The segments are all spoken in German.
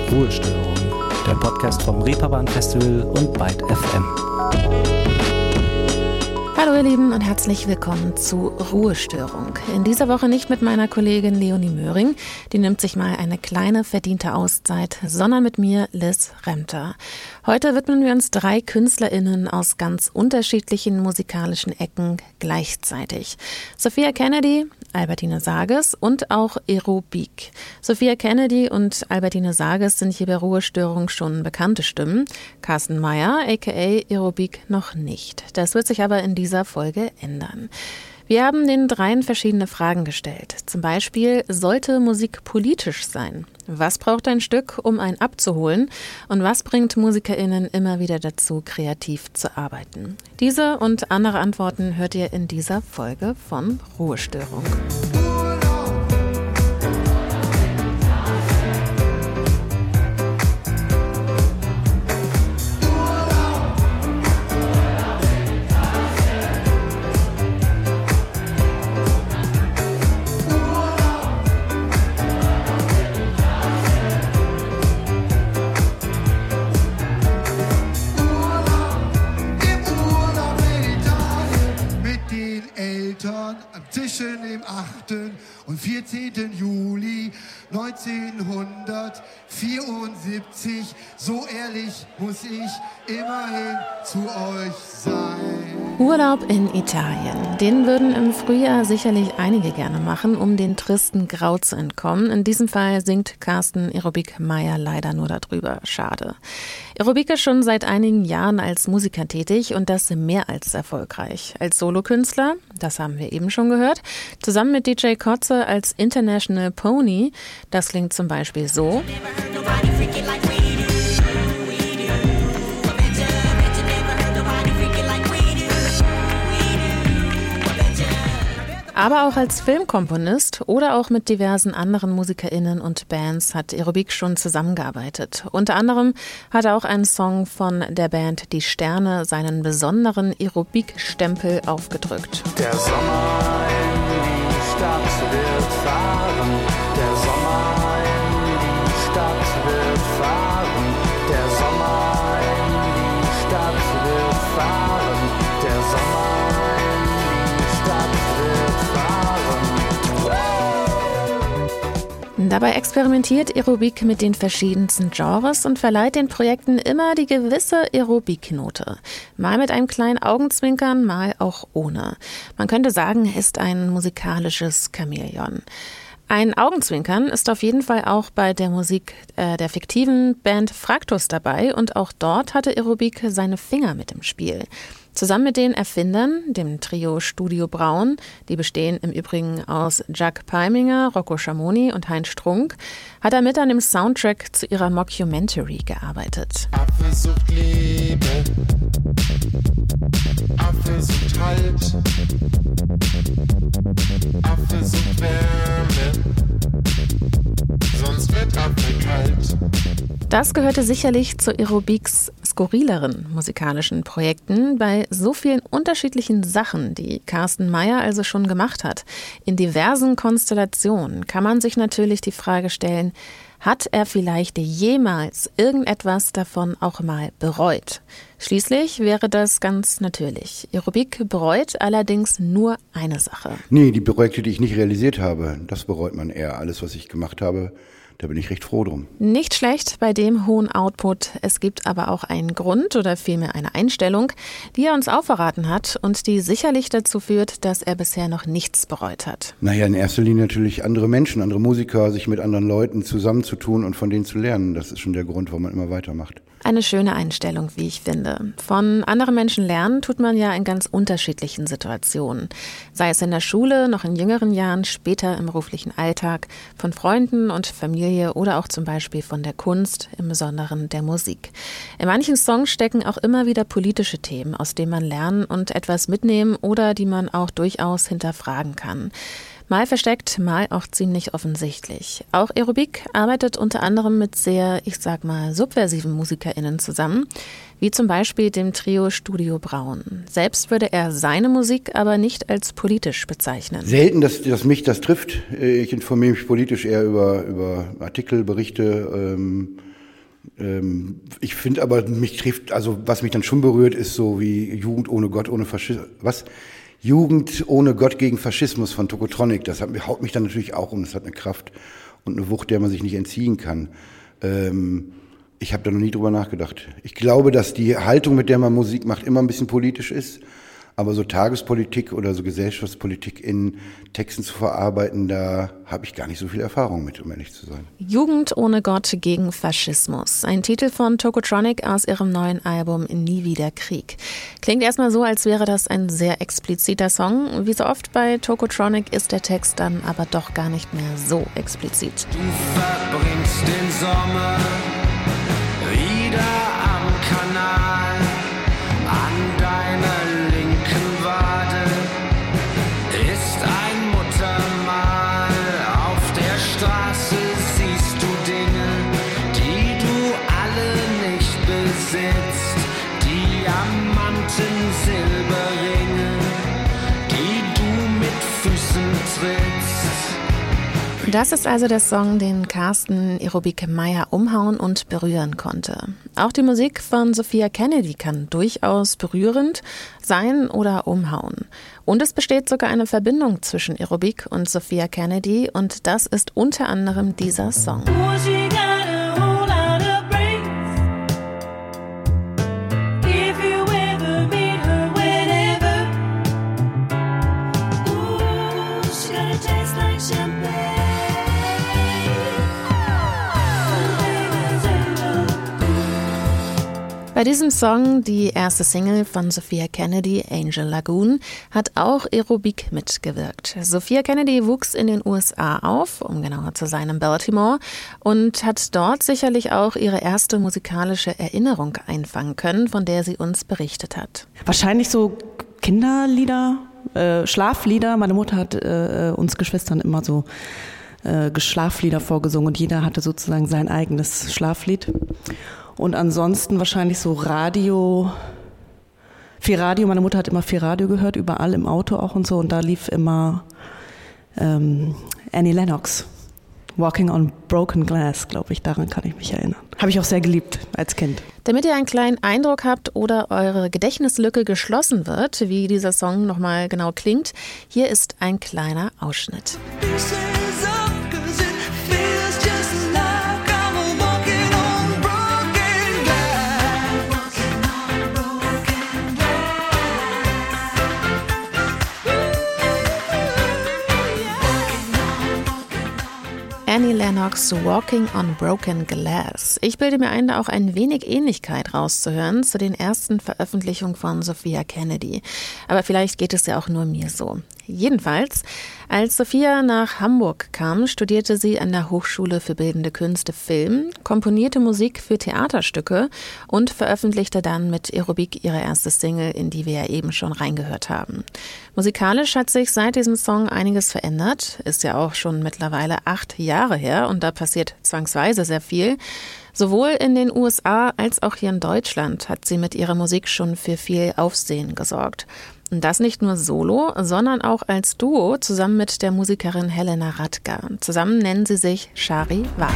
Ruhestörung, der Podcast vom Reeperbahn Festival und Byte FM. Hallo ihr Lieben und herzlich willkommen zu Ruhestörung. In dieser Woche nicht mit meiner Kollegin Leonie Möhring, die nimmt sich mal eine kleine verdiente Auszeit, sondern mit mir, Liz Remter. Heute widmen wir uns 3 KünstlerInnen aus ganz unterschiedlichen musikalischen Ecken gleichzeitig. Sophia Kennedy, Albertine Sarges und auch Aerobik. Sophia Kennedy und Albertine Sarges sind hier bei Ruhestörung schon bekannte Stimmen. Carsten Meyer, aka Aerobik, noch nicht. Das wird sich aber in dieser Folge ändern. Wir haben den 3 verschiedene Fragen gestellt. Zum Beispiel, sollte Musik politisch sein? Was braucht ein Stück, um einen abzuholen? Und was bringt MusikerInnen immer wieder dazu, kreativ zu arbeiten? Diese und andere Antworten hört ihr in dieser Folge von Ruhestörung. Zwischen dem 8. und 14. Juli 1974, so ehrlich muss ich immerhin zu euch sein. Urlaub in Italien. Den würden im Frühjahr sicherlich einige gerne machen, um den tristen Grau zu entkommen. In diesem Fall singt Carsten Aerobik Meyer leider nur darüber. Schade. Aerobik ist schon seit einigen Jahren als Musiker tätig und das mehr als erfolgreich. Als Solokünstler, das haben wir eben schon gehört, zusammen mit DJ Kotze als International Pony. Das klingt zum Beispiel so. Aber auch als Filmkomponist oder auch mit diversen anderen MusikerInnen und Bands hat Aerobik schon zusammengearbeitet. Unter anderem hat er auch einen Song von der Band Die Sterne seinen besonderen Aerobik-Stempel aufgedrückt. Der Sommer in die Stadt wird fahren, der Sommer in die Stadt wird fahren, der Sommer in die Stadt wird fahren, der Sommer in die Stadt wird fahren. Dabei experimentiert Aerobik mit den verschiedensten Genres und verleiht den Projekten immer die gewisse Aerobik-Note. Mal mit einem kleinen Augenzwinkern, mal auch ohne. Man könnte sagen, er ist ein musikalisches Chamäleon. Ein Augenzwinkern ist auf jeden Fall auch bei der Musik der fiktiven Band Fraktus dabei und auch dort hatte Aerobik seine Finger mit im Spiel. Zusammen mit den Erfindern, dem Trio Studio Braun, die bestehen im Übrigen aus Jack Peiminger, Rocco Schamoni und Heinz Strunk, hat er mit an dem Soundtrack zu ihrer Mockumentary gearbeitet. Apfel sucht Liebe, Apfel sucht Halt, Apfel sucht Wärme, sonst wird Apfel kalt. Das gehörte sicherlich zu Aerobiks skurrileren musikalischen Projekten bei so vielen unterschiedlichen Sachen, die Carsten Meyer also schon gemacht hat. In diversen Konstellationen kann man sich natürlich die Frage stellen, hat er vielleicht jemals irgendetwas davon auch mal bereut? Schließlich wäre das ganz natürlich. Aerobik bereut allerdings nur eine Sache. Nee, die Projekte, die ich nicht realisiert habe, das bereut man eher. Alles, was ich gemacht habe, da bin ich recht froh drum. Nicht schlecht bei dem hohen Output. Es gibt aber auch einen Grund oder vielmehr eine Einstellung, die er uns auch verraten hat und die sicherlich dazu führt, dass er bisher noch nichts bereut hat. Naja, in erster Linie natürlich andere Menschen, andere Musiker, sich mit anderen Leuten zusammenzutun und von denen zu lernen. Das ist schon der Grund, warum man immer weitermacht. Eine schöne Einstellung, wie ich finde. Von anderen Menschen lernen tut man ja in ganz unterschiedlichen Situationen. Sei es in der Schule, noch in jüngeren Jahren, später im beruflichen Alltag, von Freunden und Familie oder auch zum Beispiel von der Kunst, im Besonderen der Musik. In manchen Songs stecken auch immer wieder politische Themen, aus denen man lernen und etwas mitnehmen oder die man auch durchaus hinterfragen kann. Mal versteckt, mal auch ziemlich offensichtlich. Auch Aerobik arbeitet unter anderem mit sehr, ich sag mal, subversiven MusikerInnen zusammen, wie zum Beispiel dem Trio Studio Braun. Selbst würde er seine Musik aber nicht als politisch bezeichnen. Selten, dass mich das trifft. Ich informiere mich politisch eher über Artikel, Berichte, Ich finde aber, mich trifft, also was mich dann schon berührt, ist so wie Jugend ohne Gott, ohne Faschismus. Was? Jugend ohne Gott gegen Faschismus von Tokotronic. Das haut mich dann natürlich auch um. Das hat eine Kraft und eine Wucht, der man sich nicht entziehen kann. Ich habe da noch nie drüber nachgedacht. Ich glaube, dass die Haltung, mit der man Musik macht, immer ein bisschen politisch ist. Aber so Tagespolitik oder so Gesellschaftspolitik in Texten zu verarbeiten, da habe ich gar nicht so viel Erfahrung mit, um ehrlich zu sein. Jugend ohne Gott gegen Faschismus. Ein Titel von Tokotronic aus ihrem neuen Album Nie wieder Krieg. Klingt erstmal so, als wäre das ein sehr expliziter Song. Wie so oft bei Tokotronic ist der Text dann aber doch gar nicht mehr so explizit. Du verbringst den Sommer wieder am Kanal, an deiner linken Wade ist ein Muttermal. Auf der Straße siehst du Dinge, die du alle nicht besitzt. Diamanten, Silberringe, die du mit Füßen trittst. Das ist also der Song, den Carsten Aerobik Meyer umhauen und berühren konnte. Auch die Musik von Sophia Kennedy kann durchaus berührend sein oder umhauen. Und es besteht sogar eine Verbindung zwischen Aerobik und Sophia Kennedy und das ist unter anderem dieser Song. Bei diesem Song, die erste Single von Sophia Kennedy, Angel Lagoon, hat auch Aerobik mitgewirkt. Sophia Kennedy wuchs in den USA auf, um genauer zu sein in Baltimore, und hat dort sicherlich auch ihre erste musikalische Erinnerung einfangen können, von der sie uns berichtet hat. Wahrscheinlich so Kinderlieder, Schlaflieder. Meine Mutter hat uns Geschwistern immer so Schlaflieder vorgesungen und jeder hatte sozusagen sein eigenes Schlaflied. Und ansonsten wahrscheinlich so Radio, viel Radio. Meine Mutter hat immer viel Radio gehört, überall im Auto auch und so. Und da lief immer Annie Lennox, Walking on Broken Glass, glaube ich. Daran kann ich mich erinnern. Habe ich auch sehr geliebt als Kind. Damit ihr einen kleinen Eindruck habt oder eure Gedächtnislücke geschlossen wird, wie dieser Song nochmal genau klingt, hier ist ein kleiner Ausschnitt. Annie Lennox, Walking on Broken Glass. Ich bilde mir ein, da auch ein wenig Ähnlichkeit rauszuhören zu den ersten Veröffentlichungen von Sophia Kennedy. Aber vielleicht geht es ja auch nur mir so. Jedenfalls, als Sophia nach Hamburg kam, studierte sie an der Hochschule für Bildende Künste Film, komponierte Musik für Theaterstücke und veröffentlichte dann mit Aerobik ihre erste Single, in die wir ja eben schon reingehört haben. Musikalisch hat sich seit diesem Song einiges verändert, ist ja auch schon mittlerweile 8 Jahre her und da passiert zwangsweise sehr viel. Sowohl in den USA als auch hier in Deutschland hat sie mit ihrer Musik schon für viel Aufsehen gesorgt. Und das nicht nur solo, sondern auch als Duo zusammen mit der Musikerin Helena Radka. Zusammen nennen sie sich Charivari.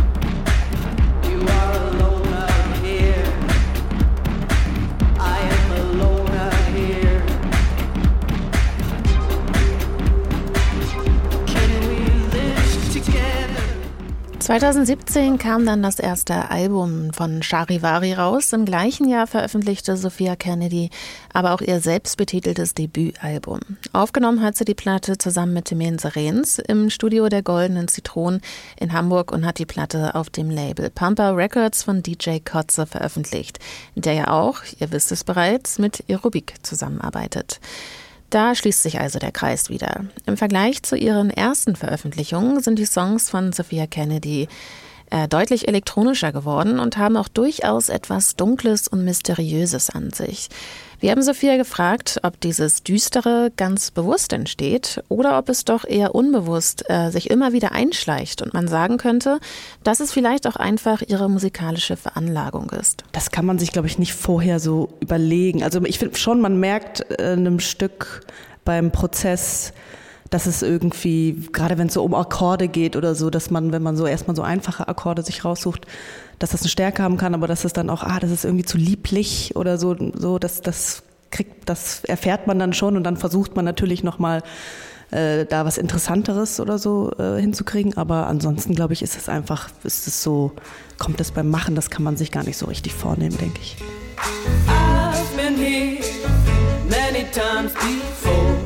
2017 kam dann das erste Album von Charivari raus. Im gleichen Jahr veröffentlichte Sophia Kennedy aber auch ihr selbstbetiteltes Debütalbum. Aufgenommen hat sie die Platte zusammen mit Timene Serens im Studio der Goldenen Zitronen in Hamburg und hat die Platte auf dem Label Pampa Records von DJ Kotze veröffentlicht, der ja auch, ihr wisst es bereits, mit Aerobik zusammenarbeitet. Da schließt sich also der Kreis wieder. Im Vergleich zu ihren ersten Veröffentlichungen sind die Songs von Sophia Kennedy deutlich elektronischer geworden und haben auch durchaus etwas Dunkles und Mysteriöses an sich. Wir haben Sophia gefragt, ob dieses Düstere ganz bewusst entsteht oder ob es doch eher unbewusst sich immer wieder einschleicht und man sagen könnte, dass es vielleicht auch einfach ihre musikalische Veranlagung ist. Das kann man sich, glaube ich, nicht vorher so überlegen. Also ich finde schon, man merkt einem Stück beim Prozess, dass es irgendwie, gerade wenn es so um Akkorde geht oder so, dass man, wenn man so erstmal so einfache Akkorde sich raussucht, dass das eine Stärke haben kann, aber dass es dann auch, das ist irgendwie zu lieblich oder so das erfährt man dann schon und dann versucht man natürlich nochmal da was Interessanteres oder so hinzukriegen, aber ansonsten glaube ich, kommt es beim Machen, das kann man sich gar nicht so richtig vornehmen, denke ich. I've been here many times before.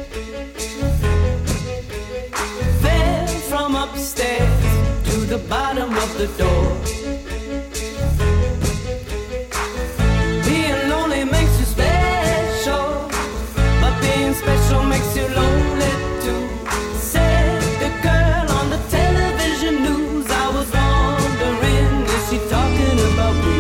Fell from upstairs to the bottom of the door. Being lonely makes you special, but being special makes you lonely too. Said the girl on the television news. I was wondering, is she talking about me?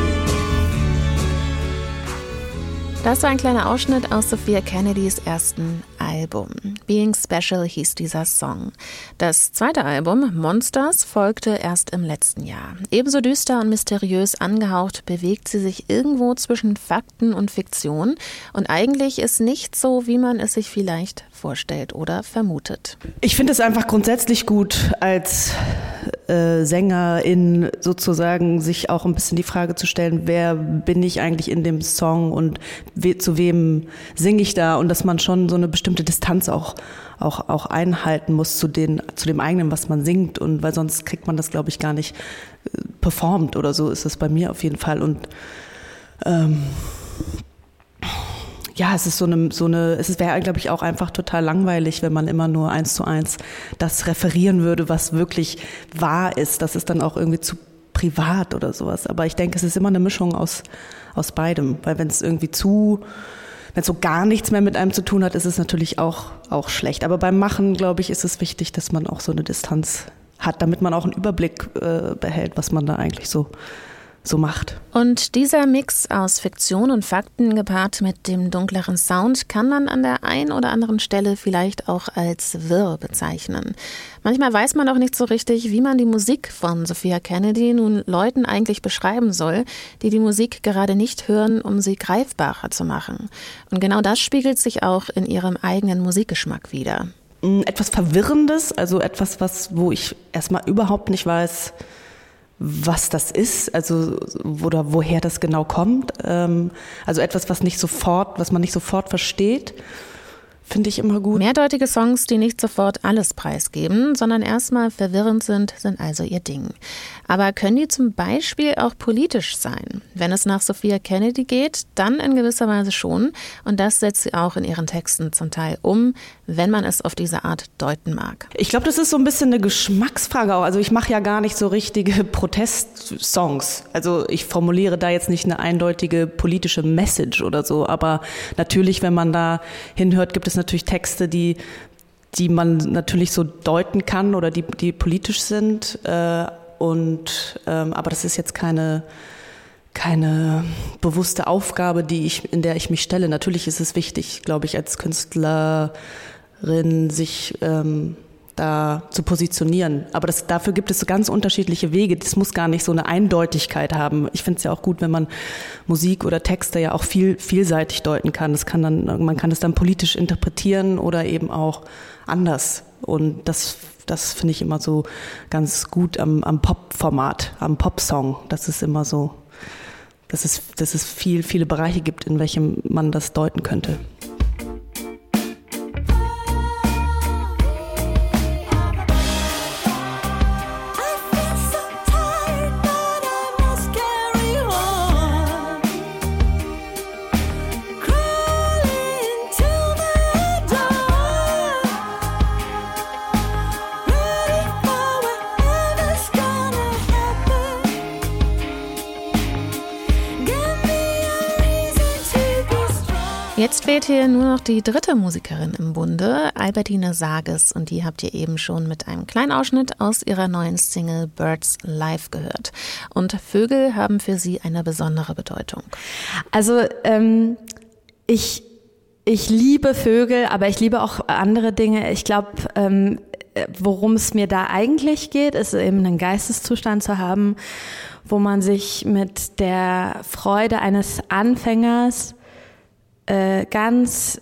Das war ein kleiner Ausschnitt aus Sophia Kennedys ersten Album. Being Special hieß dieser Song. Das zweite Album, Monsters, folgte erst im letzten Jahr. Ebenso düster und mysteriös angehaucht bewegt sie sich irgendwo zwischen Fakten und Fiktion. Und eigentlich ist nicht so, wie man es sich vielleicht vorstellt oder vermutet. Ich finde es einfach grundsätzlich gut, als Sängerin sozusagen sich auch ein bisschen die Frage zu stellen, wer bin ich eigentlich in dem Song und zu wem singe ich da, und dass man schon so eine bestimmte Distanz auch einhalten muss zu dem eigenen, was man singt, und weil sonst kriegt man das, glaube ich, gar nicht performt oder so ist das bei mir auf jeden Fall. Und es ist es wäre, glaube ich, auch einfach total langweilig, wenn man immer nur 1:1 das referieren würde, was wirklich wahr ist. Das ist dann auch irgendwie zu privat oder sowas. Aber ich denke, es ist immer eine Mischung aus beidem. Weil wenn es so gar nichts mehr mit einem zu tun hat, ist es natürlich auch schlecht. Aber beim Machen, glaube ich, ist es wichtig, dass man auch so eine Distanz hat, damit man auch einen Überblick behält, was man da eigentlich so macht. Und dieser Mix aus Fiktion und Fakten gepaart mit dem dunkleren Sound kann man an der einen oder anderen Stelle vielleicht auch als wirr bezeichnen. Manchmal weiß man auch nicht so richtig, wie man die Musik von Sophia Kennedy nun Leuten eigentlich beschreiben soll, die Musik gerade nicht hören, um sie greifbarer zu machen. Und genau das spiegelt sich auch in ihrem eigenen Musikgeschmack wider. Etwas Verwirrendes, also etwas, wo ich erstmal überhaupt nicht weiß, was das ist, also oder woher das genau kommt. Also etwas, was man nicht sofort versteht, finde ich immer gut. Mehrdeutige Songs, die nicht sofort alles preisgeben, sondern erstmal verwirrend sind also ihr Ding. Aber können die zum Beispiel auch politisch sein? Wenn es nach Sophia Kennedy geht, dann in gewisser Weise schon. Und das setzt sie auch in ihren Texten zum Teil um, wenn man es auf diese Art deuten mag. Ich glaube, das ist so ein bisschen eine Geschmacksfrage auch. Also ich mache ja gar nicht so richtige Protestsongs. Also ich formuliere da jetzt nicht eine eindeutige politische Message oder so. Aber natürlich, wenn man da hinhört, gibt es natürlich Texte, die man natürlich so deuten kann oder die politisch sind. Aber das ist jetzt keine bewusste Aufgabe, in der ich mich stelle. Natürlich ist es wichtig, glaube ich, als Künstlerin sich da zu positionieren. Aber dafür gibt es so ganz unterschiedliche Wege. Das muss gar nicht so eine Eindeutigkeit haben. Ich finde es ja auch gut, wenn man Musik oder Texte ja auch vielseitig deuten kann. Man kann es dann politisch interpretieren oder eben auch anders. Und das finde ich immer so ganz gut am Pop-Format, am Pop-Song. Das ist immer so, dass es viele Bereiche gibt, in welchem man das deuten könnte. Jetzt fehlt hier nur noch die dritte Musikerin im Bunde, Albertine Sages, und die habt ihr eben schon mit einem kleinen Ausschnitt aus ihrer neuen Single Birds Live gehört. Und Vögel haben für sie eine besondere Bedeutung. Also ich liebe Vögel, aber ich liebe auch andere Dinge. Ich glaube, worum es mir da eigentlich geht, ist eben einen Geisteszustand zu haben, wo man sich mit der Freude eines Anfängers ganz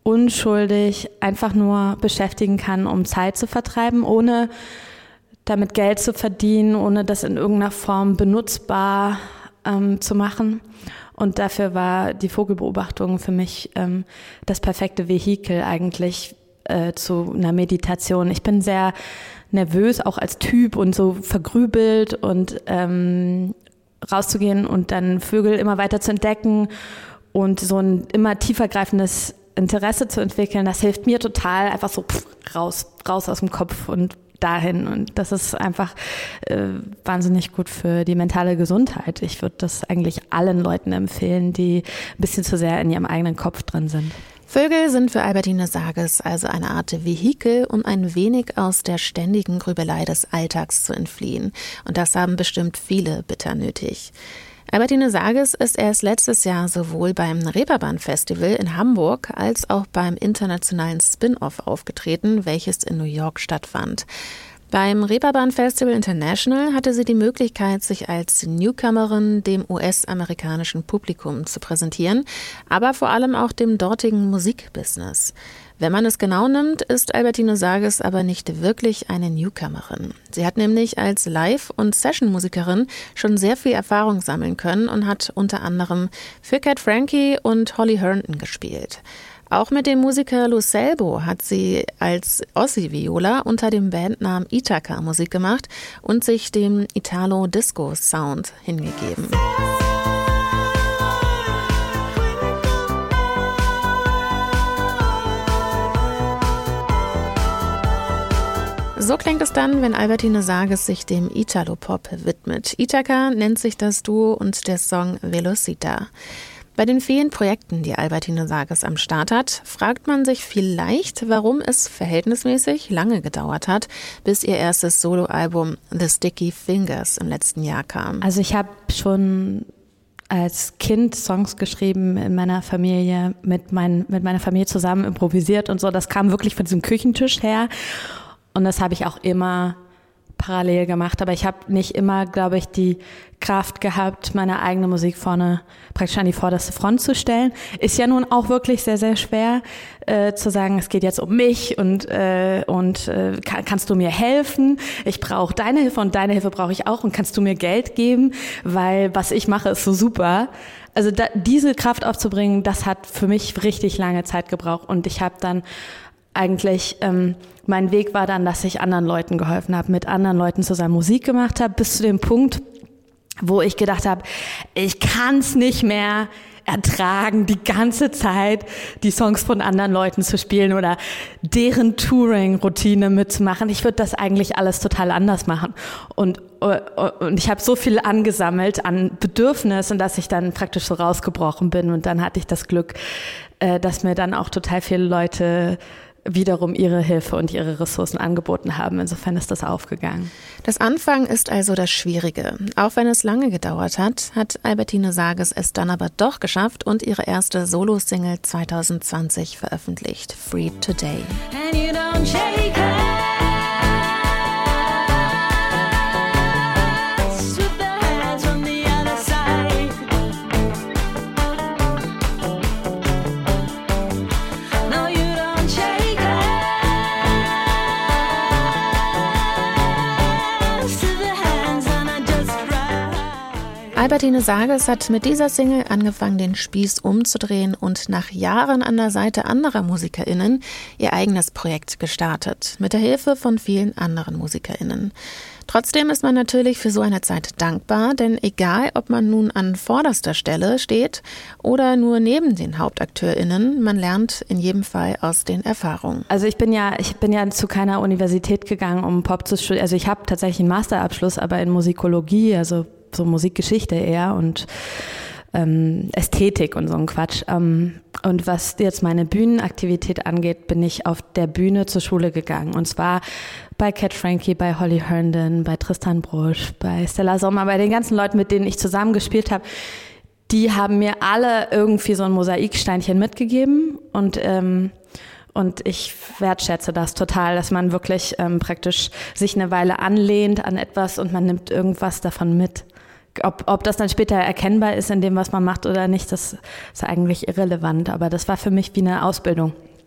unschuldig einfach nur beschäftigen kann, um Zeit zu vertreiben, ohne damit Geld zu verdienen, ohne das in irgendeiner Form benutzbar zu machen. Und dafür war die Vogelbeobachtung für mich das perfekte Vehikel eigentlich zu einer Meditation. Ich bin sehr nervös, auch als Typ und so vergrübelt und rauszugehen und dann Vögel immer weiter zu entdecken und so ein immer tiefergreifendes Interesse zu entwickeln, das hilft mir total, einfach so raus aus dem Kopf und dahin. Und das ist einfach wahnsinnig gut für die mentale Gesundheit. Ich würde das eigentlich allen Leuten empfehlen, die ein bisschen zu sehr in ihrem eigenen Kopf drin sind. Vögel sind für Albertine Sages also eine Art Vehikel, um ein wenig aus der ständigen Grübelei des Alltags zu entfliehen. Und das haben bestimmt viele bitter nötig. Albertine Sages ist erst letztes Jahr sowohl beim Reeperbahn-Festival in Hamburg als auch beim internationalen Spin-Off aufgetreten, welches in New York stattfand. Beim Reeperbahn Festival International hatte sie die Möglichkeit, sich als Newcomerin dem US-amerikanischen Publikum zu präsentieren, aber vor allem auch dem dortigen Musikbusiness. Wenn man es genau nimmt, ist Albertine Sages aber nicht wirklich eine Newcomerin. Sie hat nämlich als Live- und Session-Musikerin schon sehr viel Erfahrung sammeln können und hat unter anderem für Cat Frankie und Holly Herndon gespielt. Auch mit dem Musiker Lou Selbo hat sie als Ossi-Viola unter dem Bandnamen Ithaka Musik gemacht und sich dem Italo-Disco-Sound hingegeben. So klingt es dann, wenn Albertine Sages sich dem Italo-Pop widmet. Ithaka nennt sich das Duo und der Song Velocita. Bei den vielen Projekten, die Albertine Sages am Start hat, fragt man sich vielleicht, warum es verhältnismäßig lange gedauert hat, bis ihr erstes Soloalbum The Sticky Fingers im letzten Jahr kam. Also ich habe schon als Kind Songs geschrieben in meiner Familie, mit meiner Familie zusammen improvisiert und so. Das kam wirklich von diesem Küchentisch her und das habe ich auch immer parallel gemacht, aber ich habe nicht immer, glaube ich, die Kraft gehabt, meine eigene Musik praktisch an die vorderste Front zu stellen. Ist ja nun auch wirklich sehr, sehr schwer zu sagen, es geht jetzt um mich und kannst du mir helfen? Ich brauche deine Hilfe und deine Hilfe brauche ich auch und kannst du mir Geld geben, weil was ich mache ist so super. Also diese Kraft aufzubringen, das hat für mich richtig lange Zeit gebraucht und ich habe dann eigentlich, mein Weg war dann, dass ich anderen Leuten geholfen habe, mit anderen Leuten zusammen Musik gemacht habe, bis zu dem Punkt, wo ich gedacht habe, ich kann es nicht mehr ertragen, die ganze Zeit die Songs von anderen Leuten zu spielen oder deren Touring-Routine mitzumachen. Ich würde das eigentlich alles total anders machen. Und ich habe so viel angesammelt an Bedürfnissen, dass ich dann praktisch so rausgebrochen bin. Und dann hatte ich das Glück, dass mir dann auch total viele Leute wiederum ihre Hilfe und ihre Ressourcen angeboten haben. Insofern ist das aufgegangen. Das Anfangen ist also das Schwierige. Auch wenn es lange gedauert hat, hat Albertine Sages es dann aber doch geschafft und ihre erste Solo-Single 2020 veröffentlicht, Free Today. And you don't shake hands with the hands on the other side. No, you don't shake hands to the hands and I just ride. Albertine Sages hat mit dieser Single angefangen, den Spieß umzudrehen und nach Jahren an der Seite anderer MusikerInnen ihr eigenes Projekt gestartet, mit der Hilfe von vielen anderen MusikerInnen. Trotzdem ist man natürlich für so eine Zeit dankbar, denn egal, ob man nun an vorderster Stelle steht oder nur neben den HauptakteurInnen, man lernt in jedem Fall aus den Erfahrungen. Also ich bin ja zu keiner Universität gegangen, um Pop zu studieren. Also ich habe tatsächlich einen Masterabschluss, aber in Musikologie, also so Musikgeschichte eher und Ästhetik und so ein Quatsch. Und was jetzt meine Bühnenaktivität angeht, bin ich auf der Bühne zur Schule gegangen. Und zwar bei Cat Frankie, bei Holly Herndon, bei Tristan Brusch, bei Stella Sommer, bei den ganzen Leuten, mit denen ich zusammen gespielt habe. Die haben mir alle irgendwie so ein Mosaiksteinchen mitgegeben und ich wertschätze das total, dass man wirklich praktisch sich eine Weile anlehnt an etwas und man nimmt irgendwas davon mit. Ob das dann später erkennbar ist in dem, was man macht oder nicht, das ist eigentlich irrelevant. Aber das war für mich wie eine Ausbildung.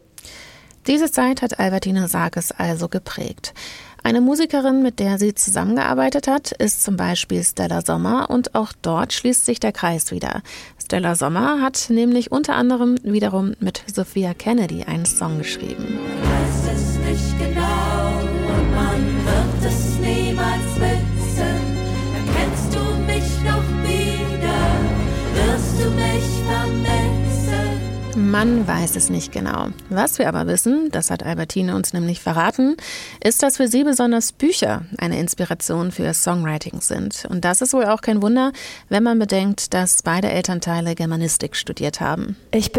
Diese Zeit hat Albertine Sarkis also geprägt. Eine Musikerin, mit der sie zusammengearbeitet hat, ist zum Beispiel Stella Sommer und auch dort schließt sich der Kreis wieder. Stella Sommer hat nämlich unter anderem wiederum mit Sophia Kennedy einen Song geschrieben. Weiß es nicht genau und man wird es niemals wissen. Erkennst du mich noch wieder? Wirst du mich vermissen? Man weiß es nicht genau. Was wir aber wissen, das hat Albertine uns nämlich verraten, ist, dass für sie besonders Bücher eine Inspiration für ihr Songwriting sind. Und das ist wohl auch kein Wunder, wenn man bedenkt, dass beide Elternteile Germanistik studiert haben.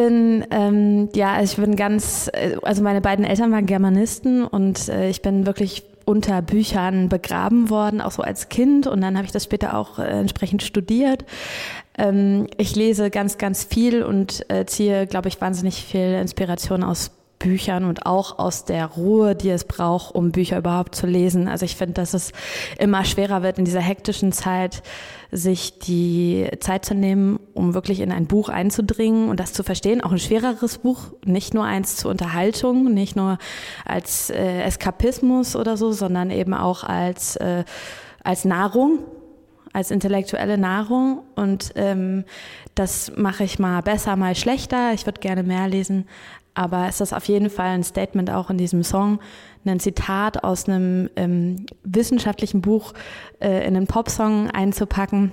Also meine beiden Eltern waren Germanisten und ich bin wirklich unter Büchern begraben worden, auch so als Kind, und dann habe ich das später auch entsprechend studiert. Ich lese ganz, ganz viel und ziehe, glaube ich, wahnsinnig viel Inspiration aus Büchern und auch aus der Ruhe, die es braucht, um Bücher überhaupt zu lesen. Also ich finde, dass es immer schwerer wird in dieser hektischen Zeit, sich die Zeit zu nehmen, um wirklich in ein Buch einzudringen und das zu verstehen. Auch ein schwereres Buch, nicht nur eins zur Unterhaltung, nicht nur als Eskapismus oder so, sondern eben auch als Nahrung, als intellektuelle Nahrung. Und das mache ich mal besser, mal schlechter. Ich würde gerne mehr lesen. Aber es ist auf jeden Fall ein Statement auch in diesem Song, ein Zitat aus einem wissenschaftlichen Buch in einen Popsong einzupacken,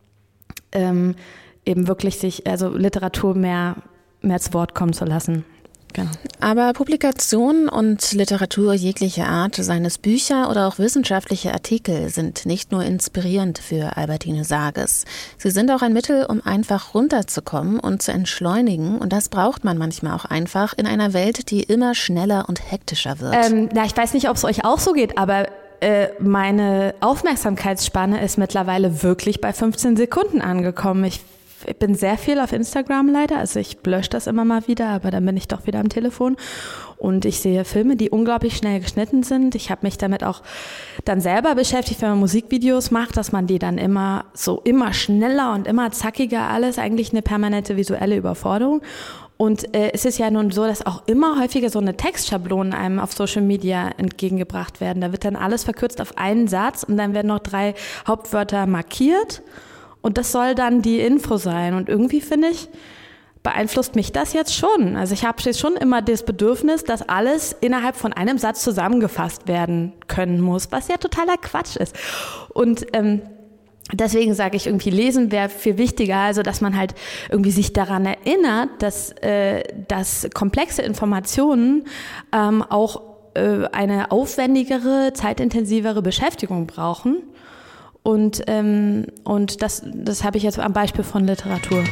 eben wirklich Literatur mehr zu Wort kommen zu lassen. Genau. Aber Publikationen und Literatur jeglicher Art, seien es Bücher oder auch wissenschaftliche Artikel, sind nicht nur inspirierend für Albertine Sarkis. Sie sind auch ein Mittel, um einfach runterzukommen und zu entschleunigen. Und das braucht man manchmal auch einfach in einer Welt, die immer schneller und hektischer wird. Ich weiß nicht, ob es euch auch so geht, aber meine Aufmerksamkeitsspanne ist mittlerweile wirklich bei 15 Sekunden angekommen. Ich bin sehr viel auf Instagram leider, also ich lösche das immer mal wieder, aber dann bin ich doch wieder am Telefon und ich sehe Filme, die unglaublich schnell geschnitten sind. Ich habe mich damit auch dann selber beschäftigt, wenn man Musikvideos macht, dass man die dann immer schneller und immer zackiger, alles eigentlich eine permanente visuelle Überforderung. Und es ist ja nun so, dass auch immer häufiger so eine Textschablonen einem auf Social Media entgegengebracht werden. Da wird dann alles verkürzt auf einen Satz und dann werden noch 3 Hauptwörter markiert. Und das soll dann die Info sein. Und irgendwie, finde ich, beeinflusst mich das jetzt schon. Also ich habe jetzt schon immer das Bedürfnis, dass alles innerhalb von einem Satz zusammengefasst werden können muss, was ja totaler Quatsch ist. Und deswegen sage ich irgendwie, lesen wäre viel wichtiger, also dass man halt irgendwie sich daran erinnert, dass komplexe Informationen auch eine aufwendigere, zeitintensivere Beschäftigung brauchen. Und das habe ich jetzt am Beispiel von Literatur.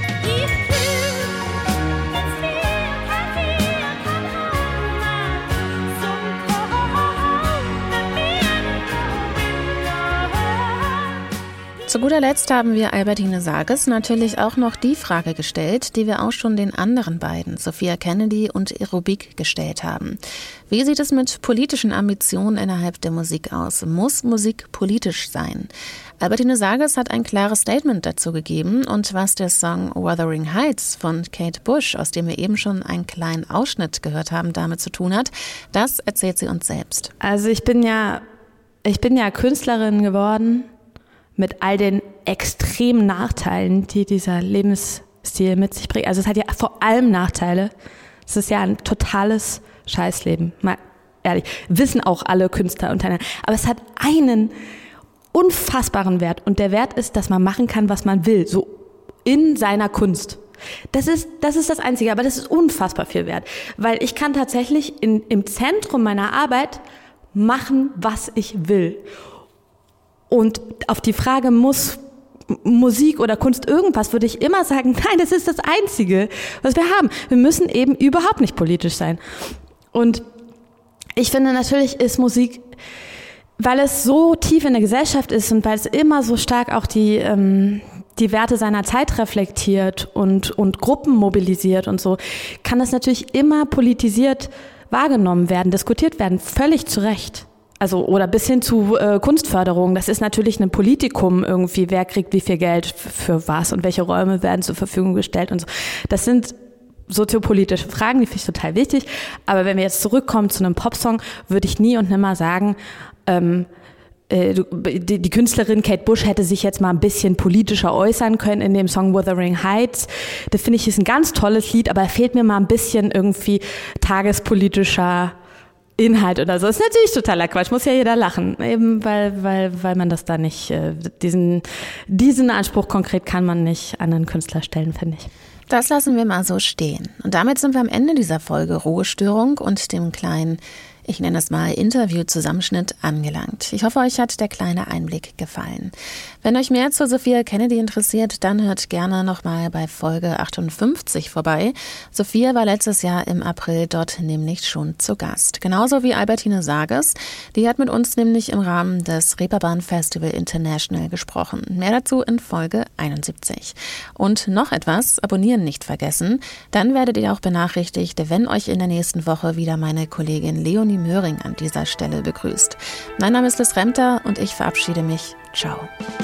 Zu guter Letzt haben wir Albertine Sarkis natürlich auch noch die Frage gestellt, die wir auch schon den anderen beiden, Sophia Kennedy und Erubik, gestellt haben. Wie sieht es mit politischen Ambitionen innerhalb der Musik aus? Muss Musik politisch sein? Albertine Sarkis hat ein klares Statement dazu gegeben und was der Song Wuthering Heights von Kate Bush, aus dem wir eben schon einen kleinen Ausschnitt gehört haben, damit zu tun hat, das erzählt sie uns selbst. Also ich bin ja Künstlerin geworden, mit all den extremen Nachteilen, die dieser Lebensstil mit sich bringt. Also es hat ja vor allem Nachteile. Es ist ja ein totales Scheißleben. Mal ehrlich, wissen auch alle Künstler untereinander. Aber es hat einen unfassbaren Wert. Und der Wert ist, dass man machen kann, was man will. So in seiner Kunst. Das ist das Einzige. Aber das ist unfassbar viel wert. Weil ich kann tatsächlich im Zentrum meiner Arbeit machen, was ich will. Und auf die Frage, muss Musik oder Kunst irgendwas, würde ich immer sagen, nein, das ist das Einzige, was wir haben. Wir müssen eben überhaupt nicht politisch sein. Und ich finde, natürlich ist Musik, weil es so tief in der Gesellschaft ist und weil es immer so stark auch die Werte seiner Zeit reflektiert und Gruppen mobilisiert und so, kann das natürlich immer politisiert wahrgenommen werden, diskutiert werden, völlig zu Recht. Also, oder bis hin zu Kunstförderung. Das ist natürlich ein Politikum irgendwie. Wer kriegt wie viel Geld für was und welche Räume werden zur Verfügung gestellt und so. Das sind soziopolitische Fragen, die finde ich total wichtig. Aber wenn wir jetzt zurückkommen zu einem Popsong, würde ich nie und nimmer sagen, die Künstlerin Kate Bush hätte sich jetzt mal ein bisschen politischer äußern können in dem Song Wuthering Heights. Das finde ich ist ein ganz tolles Lied, aber fehlt mir mal ein bisschen irgendwie tagespolitischer Inhalt oder so. Ist natürlich totaler Quatsch, muss ja jeder lachen. Eben weil man das da nicht, diesen Anspruch konkret kann man nicht an einen Künstler stellen, finde ich. Das lassen wir mal so stehen. Und damit sind wir am Ende dieser Folge Ruhestörung und dem kleinen, ich nenne es mal Interview-Zusammenschnitt angelangt. Ich hoffe, euch hat der kleine Einblick gefallen. Wenn euch mehr zu Sophia Kennedy interessiert, dann hört gerne nochmal bei Folge 58 vorbei. Sophia war letztes Jahr im April dort nämlich schon zu Gast. Genauso wie Albertine Sages. Die hat mit uns nämlich im Rahmen des Reeperbahn Festival International gesprochen. Mehr dazu in Folge 71. Und noch etwas, abonnieren nicht vergessen. Dann werdet ihr auch benachrichtigt, wenn euch in der nächsten Woche wieder meine Kollegin Leonie Möhring an dieser Stelle begrüßt. Mein Name ist Liz Remter und ich verabschiede mich. Ciao.